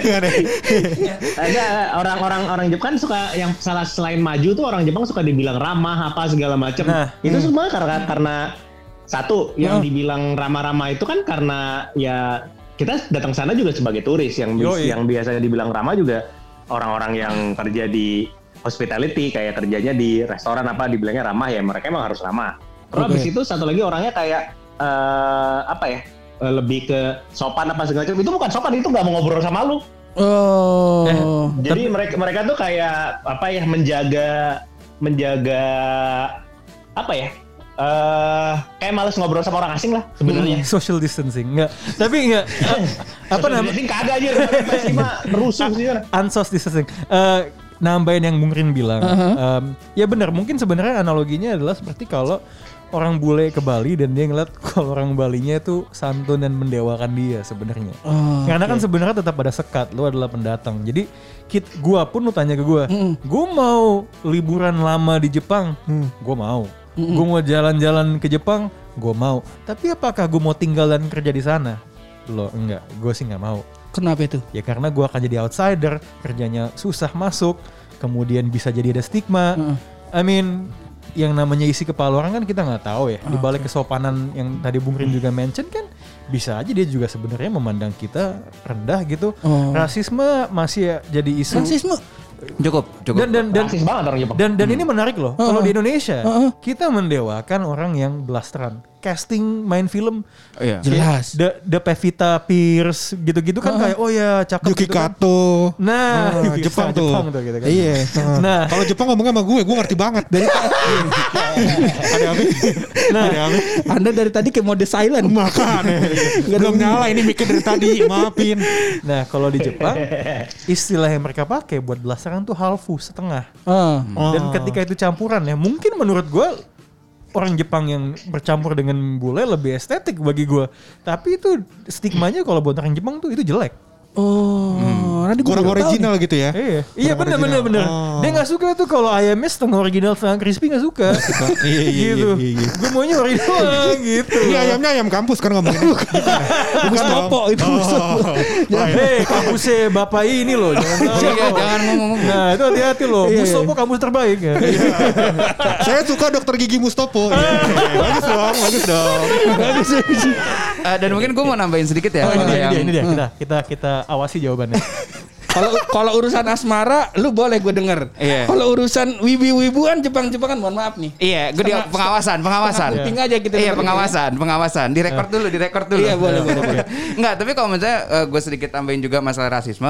[SPEAKER 5] Ada orang Jepang suka yang selain maju tuh orang Jepang suka dibilang ramah apa segala macam. Itu semua karena satu yang dibilang ramah-ramah itu kan karena ya kita datang sana juga sebagai turis yang biasanya dibilang ramah juga orang-orang yang kerja di hospitality kayak kerjanya di restoran apa dibilangnya ramah, ya mereka emang harus ramah. Terus habis itu satu lagi orangnya kayak lebih ke sopan apa segala macam. Itu bukan sopan, itu nggak mau ngobrol sama lu. Jadi mereka tuh kayak menjaga kayak males ngobrol sama orang asing lah sebenarnya.
[SPEAKER 4] Social distancing enggak. Tapi enggak
[SPEAKER 5] apa namanya? Kagak aja pasti mah rusuh sih kan.
[SPEAKER 4] Unsocial distancing. Nambahin yang Bung Rin bilang. Ya benar, mungkin sebenarnya analoginya adalah seperti kalau orang bule ke Bali dan dia ngeliat kalau orang Balinya itu santun dan mendewakan dia sebenarnya. Karena kan sebenarnya tetap ada sekat, lu adalah pendatang. Jadi gua pun lu tanya ke gua mau liburan lama di Jepang, gua mau. Gua mau jalan-jalan ke Jepang, gua mau. Tapi apakah gua mau tinggal dan kerja di sana? Lo enggak, gua sih nggak mau.
[SPEAKER 3] Kenapa itu?
[SPEAKER 4] Ya karena gua akan jadi outsider, kerjanya susah masuk, kemudian bisa jadi ada stigma. Yang namanya isi kepala orang kan kita nggak tahu ya. Di balik kesopanan yang tadi Bung Rin juga mention kan, bisa aja dia juga sebenarnya memandang kita rendah gitu. Rasisme masih jadi isu.
[SPEAKER 3] Rasisme
[SPEAKER 6] cukup.
[SPEAKER 5] Dan rasis banget orang Jepang.
[SPEAKER 4] Dan ini menarik loh. Kalau di Indonesia kita mendewakan orang yang blasteran. Casting main film
[SPEAKER 3] jelas.
[SPEAKER 4] The Pevita Pierce gitu-gitu kan kayak cakep
[SPEAKER 2] Yuki
[SPEAKER 4] gitu kan.
[SPEAKER 2] Kato.
[SPEAKER 4] Nah,
[SPEAKER 2] Jepang tuh gitu kan. Iya.
[SPEAKER 4] Nah,
[SPEAKER 2] kalau Jepang ngomongnya sama gue ngerti banget dari ada apa?
[SPEAKER 3] Anda dari tadi kayak mode silent.
[SPEAKER 2] Makanya belum nyala ini mikir dari tadi, maafin.
[SPEAKER 4] Nah, kalau di Jepang istilah yang mereka pakai buat blasteran tuh halfu, setengah. Dan ketika itu campuran ya, mungkin menurut gue orang Jepang yang bercampur dengan bule lebih estetik bagi gue. Tapi itu stigmanya kalau buat orang Jepang tuh itu jelek.
[SPEAKER 2] Kurang original gitu ya?
[SPEAKER 4] Iya benar. Dia nggak suka tuh kalau ayamnya setengah original setengah crispy, nggak suka. Gitu. Gue maunya original gitu.
[SPEAKER 2] Ini ayamnya ayam kampus kan ngomongin.
[SPEAKER 3] Mustopo itu Mustopo.
[SPEAKER 4] Kampusnya bapak ini loh.
[SPEAKER 6] Jangan ngomong.
[SPEAKER 4] Nah itu hati-hati loh. Mustopo kampus terbaik ya.
[SPEAKER 2] Saya suka dokter gigi Mustopo. Bagus dong.
[SPEAKER 6] Dan mungkin gue mau nambahin sedikit ya.
[SPEAKER 4] Ini dia. Kita awasi jawabannya.
[SPEAKER 3] Kalau urusan asmara, lu boleh gue denger. Kalau urusan wibu-wibuan Jepang-Jepangan, mohon maaf nih.
[SPEAKER 6] Iya, gue pengawasan.
[SPEAKER 3] Penting aja kita.
[SPEAKER 6] Iya, pengawasan. Direkord dulu.
[SPEAKER 3] Iya, boleh.
[SPEAKER 6] Enggak, tapi kalau misalnya gue sedikit tambahin juga masalah rasisme,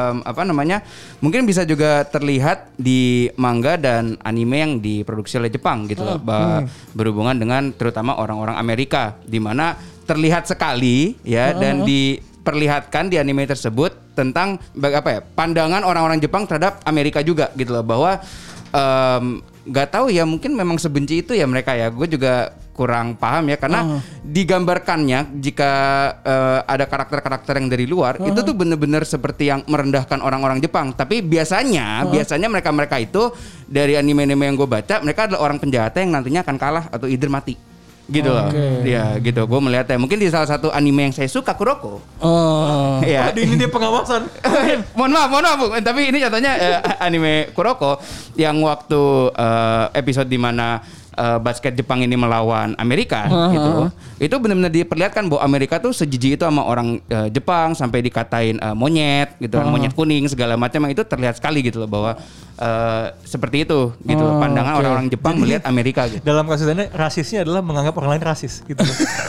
[SPEAKER 6] mungkin bisa juga terlihat di manga dan anime yang diproduksi oleh Jepang gitu loh, berhubungan dengan terutama orang-orang Amerika, di mana terlihat sekali ya dan diperlihatkan di anime tersebut tentang pandangan orang-orang Jepang terhadap Amerika juga gitu loh, bahwa nggak tahu ya, mungkin memang sebenci itu ya mereka ya. Gue juga kurang paham ya, karena digambarkannya jika ada karakter-karakter yang dari luar itu tuh bener-bener seperti yang merendahkan orang-orang Jepang. Tapi biasanya mereka itu dari anime-anime yang gue baca, mereka adalah orang penjahat yang nantinya akan kalah atau either mati. Gitu loh. Ya gitu, gue melihatnya. Mungkin di salah satu anime yang saya suka, Kuroko. Ya.
[SPEAKER 4] Ini dia pengawasan.
[SPEAKER 6] Mohon maaf Bu. Tapi ini contohnya anime Kuroko yang waktu episode di mana basket Jepang ini melawan Amerika gitu. Itu benar-benar diperlihatkan bahwa Amerika tuh sejijik itu sama orang Jepang, sampai dikatain monyet gitu, monyet kuning segala macam. Itu terlihat sekali gitu loh, bahwa seperti itu gitu loh, pandangan orang-orang Jepang melihat Amerika gitu.
[SPEAKER 4] Dalam kasus ini rasisnya adalah menganggap orang lain rasis gitu.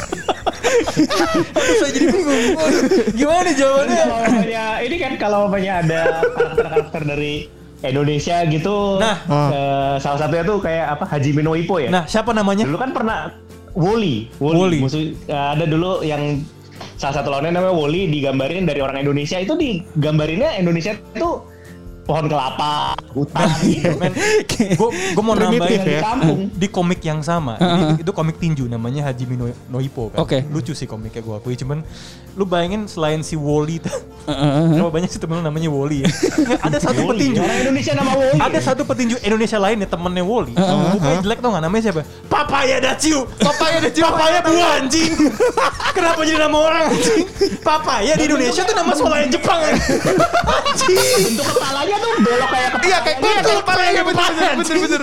[SPEAKER 4] Saya jadi bingung. Gimana nih jawabannya?
[SPEAKER 5] Ini kan kalau ada karakter-karakter dari Indonesia gitu.
[SPEAKER 4] Nah,
[SPEAKER 5] salah satunya tuh kayak apa, Hajime no Ippo ya.
[SPEAKER 4] Nah, siapa namanya?
[SPEAKER 5] Dulu kan pernah Woli. Musuh ada dulu yang salah satu lawannya namanya Woli, digambarin dari orang Indonesia. Itu digambarinnya Indonesia itu pohon kelapa, hutan gitu.
[SPEAKER 4] Gue mau nambahin
[SPEAKER 5] ya.
[SPEAKER 4] Di komik yang sama, itu komik tinju namanya Hajime no Ippo kan. Lucu sih komiknya, gue akui. Cuman lu bayangin selain si Woli, berapa banyak sih temen lu namanya Woli ya? Ada satu petinju
[SPEAKER 5] orang Indonesia nama Woli.
[SPEAKER 4] Ada satu petinju Indonesia lain ya, temennya Woli. Mukanya jelek tau gak, namanya siapa? Papaya Daciu. Papaya buah anjing. Kenapa jadi nama orang anjing? Papaya di Indonesia tuh nama swalayan Jepang anjing.
[SPEAKER 5] Untuk kepalanya tuh belok kayak kepala.
[SPEAKER 6] Iya, kayak kepalanya bener.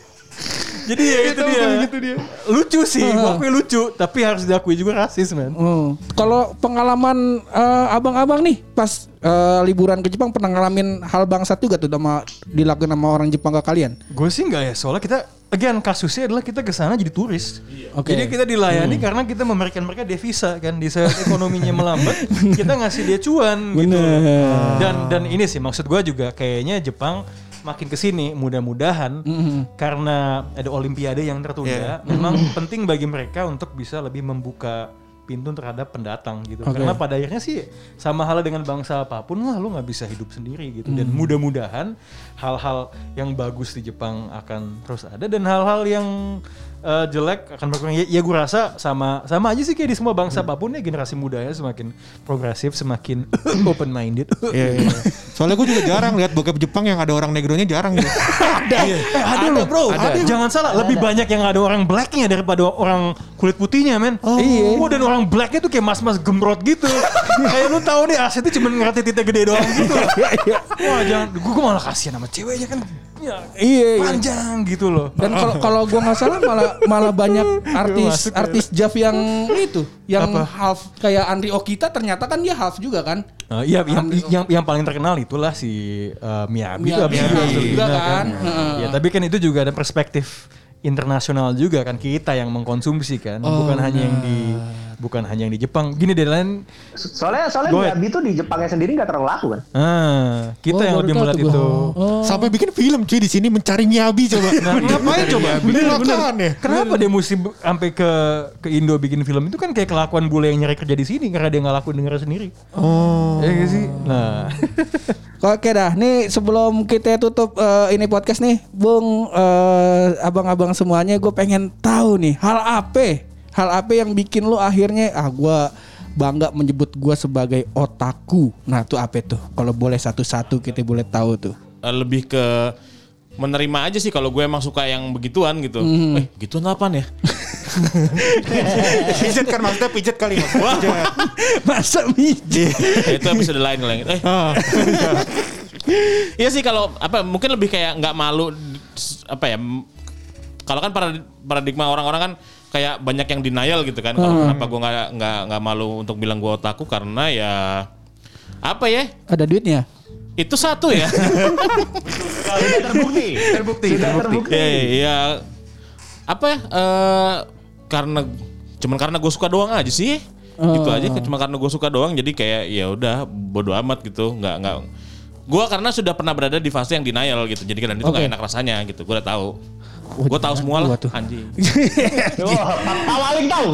[SPEAKER 4] Jadi ya itu dia. Lucu sih, gue lucu, tapi harus diakui juga rasis, man.
[SPEAKER 3] Kalau pengalaman abang-abang nih pas liburan ke Jepang, pernah ngalamin hal bangsat juga tuh dilakukan sama orang Jepang ke kalian?
[SPEAKER 4] Gue sih enggak ya, soalnya kita kasusnya adalah kita kesana jadi turis. Jadi kita dilayani karena kita memberikan mereka devisa kan, di saat ekonominya melambat kita ngasih dia cuan gitu. Dan ini sih maksud gue juga, kayaknya Jepang makin kesini mudah-mudahan karena ada Olimpiade yang tertunda, memang penting bagi mereka untuk bisa lebih membuka pintu terhadap pendatang gitu. Karena pada akhirnya sih sama halnya dengan bangsa apapun lah, lu nggak bisa hidup sendiri gitu. Dan mudah-mudahan hal-hal yang bagus di Jepang akan terus ada, dan hal-hal yang jelek akan berkurang. Ya gue rasa sama aja sih kayak di semua bangsa apapun ya, generasi mudanya semakin progresif, semakin open minded.
[SPEAKER 2] Soalnya gue juga jarang lihat bokep Jepang yang ada orang negronya, jarang gitu.
[SPEAKER 4] Ada loh bro. Jangan salah, lebih banyak yang ada orang blacknya daripada orang kulit putihnya, men. Iya. Dan orang blacknya tuh kayak mas-mas gemrot gitu. Kayak lu tahu nih, Aset tuh cuma ngerti titik gede doang gitu. Wah jangan, gue malah kasihan sama ceweknya kan. Ya, panjang gitu loh.
[SPEAKER 3] Dan kalau gue nggak salah malah banyak artis Jav yang itu, yang half kayak Andri Okita, ternyata kan dia half juga kan.
[SPEAKER 4] Iya, yang paling terkenal itulah si Miyabi juga kan. Ya tapi kan itu juga ada perspektif internasional juga kan, kita yang mengkonsumsi kan, bukan hanya yang di Jepang. Gini deh lain. Soalnya
[SPEAKER 5] Miyabi tuh di Jepangnya sendiri nggak terlalu laku kan.
[SPEAKER 4] Kita yang lebih melihat itu.
[SPEAKER 2] Sampai bikin film cuy di sini mencari Miyabi coba.
[SPEAKER 4] Nah, ngapain coba?
[SPEAKER 2] Bener.
[SPEAKER 4] Kenapa dia mesti sampai ke Indo bikin film? Itu kan kayak kelakuan bule yang nyari kerja di sini karena dia nggak laku di negara sendiri. Ya gak sih? Nah.
[SPEAKER 3] Oke dah, nih sebelum kita tutup ini podcast nih, Bung, abang-abang semuanya, gue pengen tahu nih hal apa yang bikin lu akhirnya gue bangga menyebut gue sebagai otaku. Nah tuh apa tuh? Kalau boleh satu-satu kita boleh tahu tuh.
[SPEAKER 7] Lebih ke menerima aja sih kalau gue emang suka yang begituan gitu. Gituan apaan ya?
[SPEAKER 2] Pijet kan, maksudnya pijet kali mas.
[SPEAKER 3] Masa pijet?
[SPEAKER 7] Itu episode lain kalau yang itu. Iya sih, kalau mungkin lebih kayak nggak malu kalau kan paradigma orang-orang kan kayak banyak yang denial gitu kan. Kalau kenapa gue nggak malu untuk bilang gue otaku, karena ya
[SPEAKER 3] ada duitnya.
[SPEAKER 7] Itu satu ya.
[SPEAKER 5] Terbukti.
[SPEAKER 7] Iya. Karena gue suka doang aja sih. Gitu aja, cuma karena gue suka doang, jadi kayak ya udah bodo amat gitu. Nggak. Gue karena sudah pernah berada di fase yang denial gitu. Jadi kan itu nggak enak rasanya gitu. Gue udah tahu. Gue tahu semua lah anjing.
[SPEAKER 5] Paling tahu.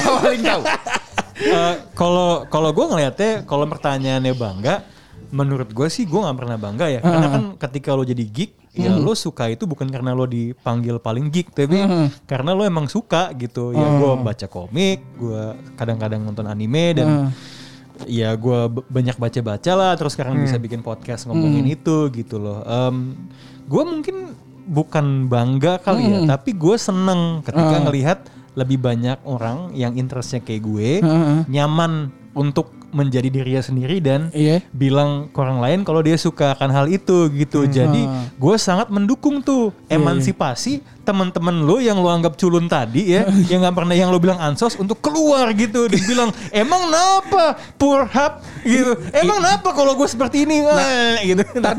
[SPEAKER 4] Kalau gue ngeliatnya, kalau pertanyaannya bangga, menurut gue sih gue nggak pernah bangga ya. Karena kan ketika lo jadi geek, ya lo suka itu bukan karena lo dipanggil paling geek, tapi karena lo emang suka gitu. Ya gue baca komik, gue kadang-kadang nonton anime dan ya gue banyak baca-baca lah. Terus sekarang bisa bikin podcast ngomongin itu gitu loh. Gue mungkin bukan bangga kali ya, tapi gue seneng ketika ngelihat lebih banyak orang yang interestnya kayak gue nyaman untuk menjadi dirinya sendiri dan bilang ke orang lain kalau dia suka akan hal itu gitu. Jadi gue sangat mendukung tuh emansipasi teman-teman lo yang lo anggap culun tadi ya, yang nggak pernah, yang lo bilang ansos untuk keluar gitu. Dia bilang emang napa poor hub gitu, emang napa kalau gue seperti ini gitu.
[SPEAKER 3] Ntar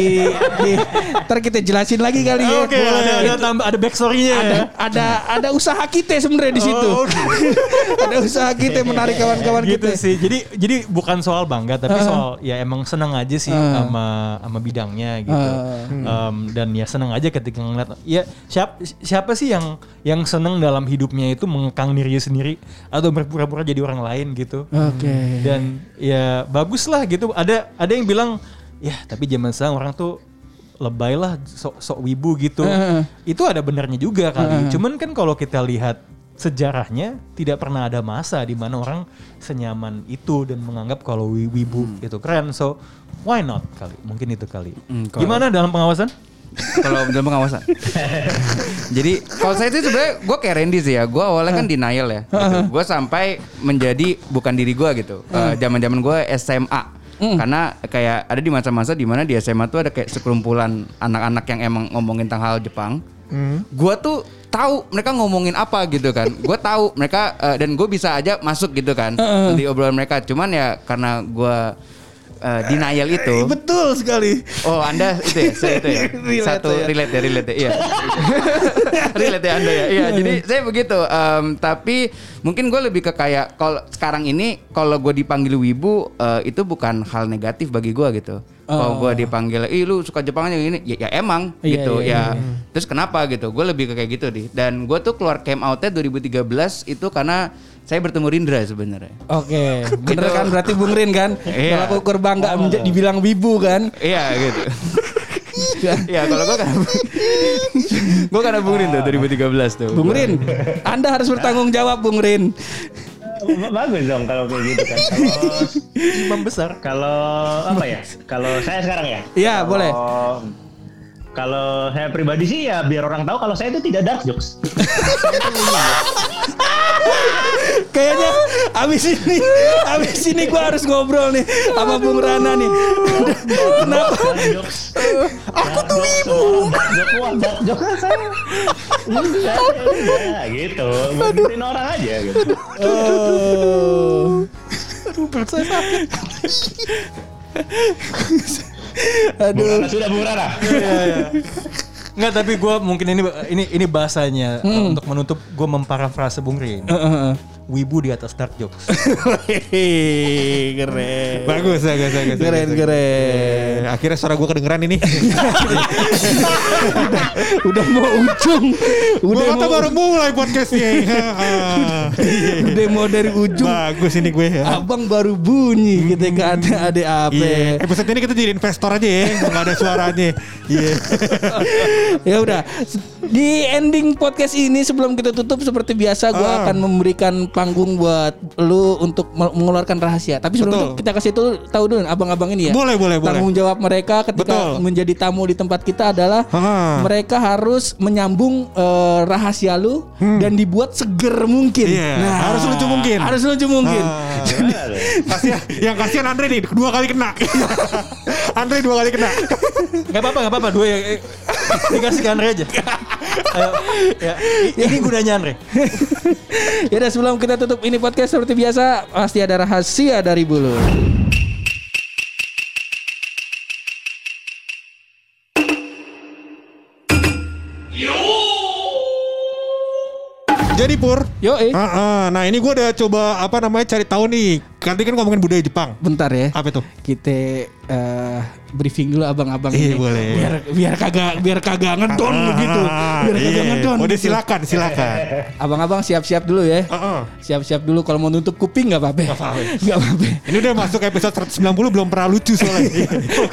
[SPEAKER 3] ntar kita jelasin lagi kali ya.
[SPEAKER 4] Oke, ada backstory-nya.
[SPEAKER 3] Ada usaha kita sebenarnya di situ. Ada usaha kita menarik kawan-kawan
[SPEAKER 4] gitu
[SPEAKER 3] kita
[SPEAKER 4] sih. Jadi bukan soal bangga, tapi soal ya emang senang aja sih sama bidangnya gitu. Dan ya senang aja ketika ngeliat ya siapa sih yang senang dalam hidupnya itu mengekang dirinya sendiri atau berpura-pura jadi orang lain gitu. Dan ya bagus lah gitu. Ada yang bilang ya tapi zaman sekarang orang tuh lebay lah, sok wibu gitu. Itu ada benernya juga kali. Cuman kan kalau kita lihat sejarahnya tidak pernah ada masa di mana orang senyaman itu dan menganggap kalau wibu itu keren. So why not kali? Mungkin itu kali. Gimana dalam pengawasan?
[SPEAKER 6] Kalau dalam pengawasan. Jadi kalau saya itu sebenarnya gue kayak Randy sih ya. Gue awalnya kan denial ya. Gitu. Gue sampai menjadi bukan diri gue gitu. Zaman-zaman gue SMA. Karena kayak ada di masa-masa di mana di SMA tuh ada kayak sekumpulan anak-anak yang emang ngomongin tentang hal Jepang. Gue tuh tahu mereka ngomongin apa gitu kan. Gue tahu mereka dan gue bisa aja masuk gitu kan di obrolan mereka. Cuman ya karena gue denial itu.
[SPEAKER 3] Betul sekali.
[SPEAKER 6] Oh, Anda itu ya, saya itu ya. Satu relate ya. Iya. Relate ya Anda ya. Iya, jadi saya begitu. Tapi mungkin gue lebih ke kayak kalau sekarang ini kalau gue dipanggil wibu itu bukan hal negatif bagi gue gitu. Kalau gue dipanggil, lu suka Jepang aja gini, ya emang gitu ya. Terus kenapa gitu? Gue lebih ke kayak gitu deh. Dan gue tuh keluar came out-nya 2013 itu karena saya bertemu Rindra sebenarnya.
[SPEAKER 3] Oke, bener kan berarti Bung Rin kan? Kalau aku kurang nggak dibilang wibu kan?
[SPEAKER 6] Iya gitu. Iya kalau gue karena Bung Rin tuh 2013 tuh.
[SPEAKER 3] Bung Rin, Anda harus bertanggung jawab Bung Rin.
[SPEAKER 5] Bagus dong kalau kayak gitu kan. Kalau
[SPEAKER 4] imam besar.
[SPEAKER 5] Kalau apa ya? Kalau saya sekarang ya?
[SPEAKER 3] Iya boleh.
[SPEAKER 5] Kalau saya pribadi sih ya biar orang tahu kalau saya itu tidak dark jokes.
[SPEAKER 3] Kayaknya abis ini gue harus ngobrol nih sama Bung Rana nih. Kenapa?
[SPEAKER 5] Aku tuh ibu. Dark jokes saya. Enggak gitu. Ngikutin orang aja gitu.
[SPEAKER 3] Aduh, perut saya sakit.
[SPEAKER 5] Aduh. Sudah Bung Rana.
[SPEAKER 4] Iya. Enggak, tapi gue mungkin ini bahasanya untuk menutup, gue memparafrase Bung Rin. Wibu di atas dark jokes.
[SPEAKER 3] Keren.
[SPEAKER 2] Bagus.
[SPEAKER 3] Keren.
[SPEAKER 2] Akhirnya suara gue kedengeran ini.
[SPEAKER 3] Udah mau ujung.
[SPEAKER 2] Kita baru mulai podcastnya.
[SPEAKER 3] Udah mau dari ujung.
[SPEAKER 2] Bagus ini gue.
[SPEAKER 3] Abang baru bunyi ketika ada AP.
[SPEAKER 2] Episode ini kita jadi investor aja ya. Gak ada suaranya.
[SPEAKER 3] Ya udah. Di ending podcast ini sebelum kita tutup seperti biasa gue akan memberikan panggung buat lu untuk mengeluarkan rahasia. Tapi sebelum itu kita kasih tahu dulu abang-abang ini ya.
[SPEAKER 2] Boleh.
[SPEAKER 3] Tanggung jawab mereka ketika menjadi tamu di tempat kita adalah mereka harus menyambung rahasia lu dan dibuat seger mungkin.
[SPEAKER 2] Nah, harus lucu mungkin. Yang kasihan Andre nih 2 kali kena. Andre 2 kali kena.
[SPEAKER 4] Gak apa-apa 2 ya. Dikasih ke Andre aja. Ayo, ya. Ini gunanya Andre.
[SPEAKER 3] Ya udah, sebelum kita tutup ini podcast seperti biasa pasti ada rahasia dari Bulu.
[SPEAKER 2] Jadi Pur,
[SPEAKER 3] nah
[SPEAKER 2] ini gue udah coba cari tahu nih Ganti kan ngomongin budaya Jepang.
[SPEAKER 3] Bentar ya.
[SPEAKER 2] Apa itu?
[SPEAKER 3] Kita briefing dulu abang-abang
[SPEAKER 2] ini.
[SPEAKER 3] Boleh. Biar kagak ngedon begitu. Biar kagak ngedon.
[SPEAKER 2] Udah silakan.
[SPEAKER 3] Abang-abang siap-siap dulu ya. Siap-siap dulu kalau mau nutup kuping enggak apa-apa. Enggak apa-apa.
[SPEAKER 2] Ini udah masuk episode 190 belum pernah lucu soalnya.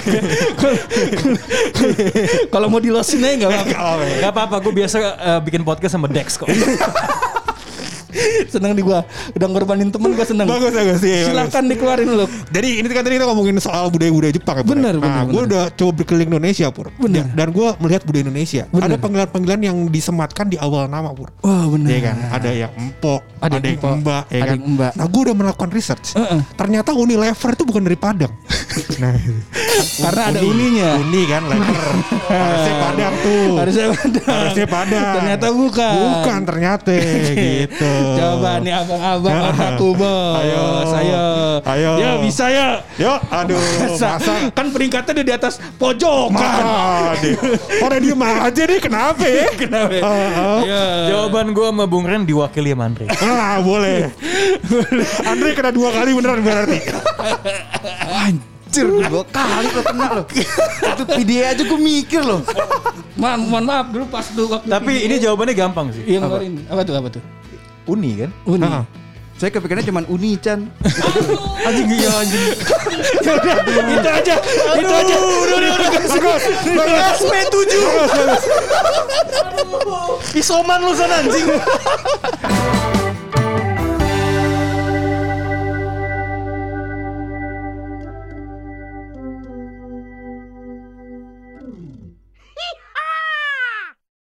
[SPEAKER 3] Kalau mau dilosin aja enggak apa-apa.
[SPEAKER 4] Enggak apa-apa, gue biasa bikin podcast sama Dex kok.
[SPEAKER 3] Seneng nih gue udah ngorbanin temen gue seneng.
[SPEAKER 2] Bagus sih.
[SPEAKER 3] Silahkan dikeluarin lu.
[SPEAKER 2] Jadi ini kan tadi kita ngomongin soal budaya Jepang.
[SPEAKER 3] Bener.
[SPEAKER 2] Gue udah coba berkeliling Indonesia Pur.
[SPEAKER 3] Bener.
[SPEAKER 2] Dan gue melihat budaya Indonesia. Ada panggilan-panggilan yang disematkan di awal nama Pur.
[SPEAKER 3] Wah bener.
[SPEAKER 2] Ya kan. Ada yang empok, ada yang mbak, ya kan. Nah gue udah melakukan research. Ternyata Unilever itu bukan dari Padang. Nah,
[SPEAKER 3] karena ada uninya.
[SPEAKER 2] Uni kan lever. Harusnya Padang tuh. Harusnya Padang.
[SPEAKER 3] Ternyata bukan
[SPEAKER 2] ternyata gitu.
[SPEAKER 3] Coba nih abang-abang otaku bos. Ayo. Ya bisa ya.
[SPEAKER 2] Yuk, aduh.
[SPEAKER 3] Masa? Kan peringkatnya di atas pojokan.
[SPEAKER 2] Orang diem aja nih, kenapa ya?
[SPEAKER 4] Jawaban gue sama Bung Ren diwakili sama Andre.
[SPEAKER 2] Boleh. Andre kena 2 kali beneran berarti.
[SPEAKER 6] Anjir, 2 kali lo kena lo. Itu video aja gue mikir lo.
[SPEAKER 3] Mohon maaf dulu pas tuh waktu.
[SPEAKER 4] Tapi ini jawabannya gampang sih.
[SPEAKER 3] Iya ngeluarin. Apa tuh?
[SPEAKER 4] Uni kan?
[SPEAKER 3] Uni.
[SPEAKER 6] Saya kepikirannya cuma Uni Chan.
[SPEAKER 4] Anjing.
[SPEAKER 3] Yaudah, itu aja. Udah. SP7.
[SPEAKER 4] Isoman lu sana anjing.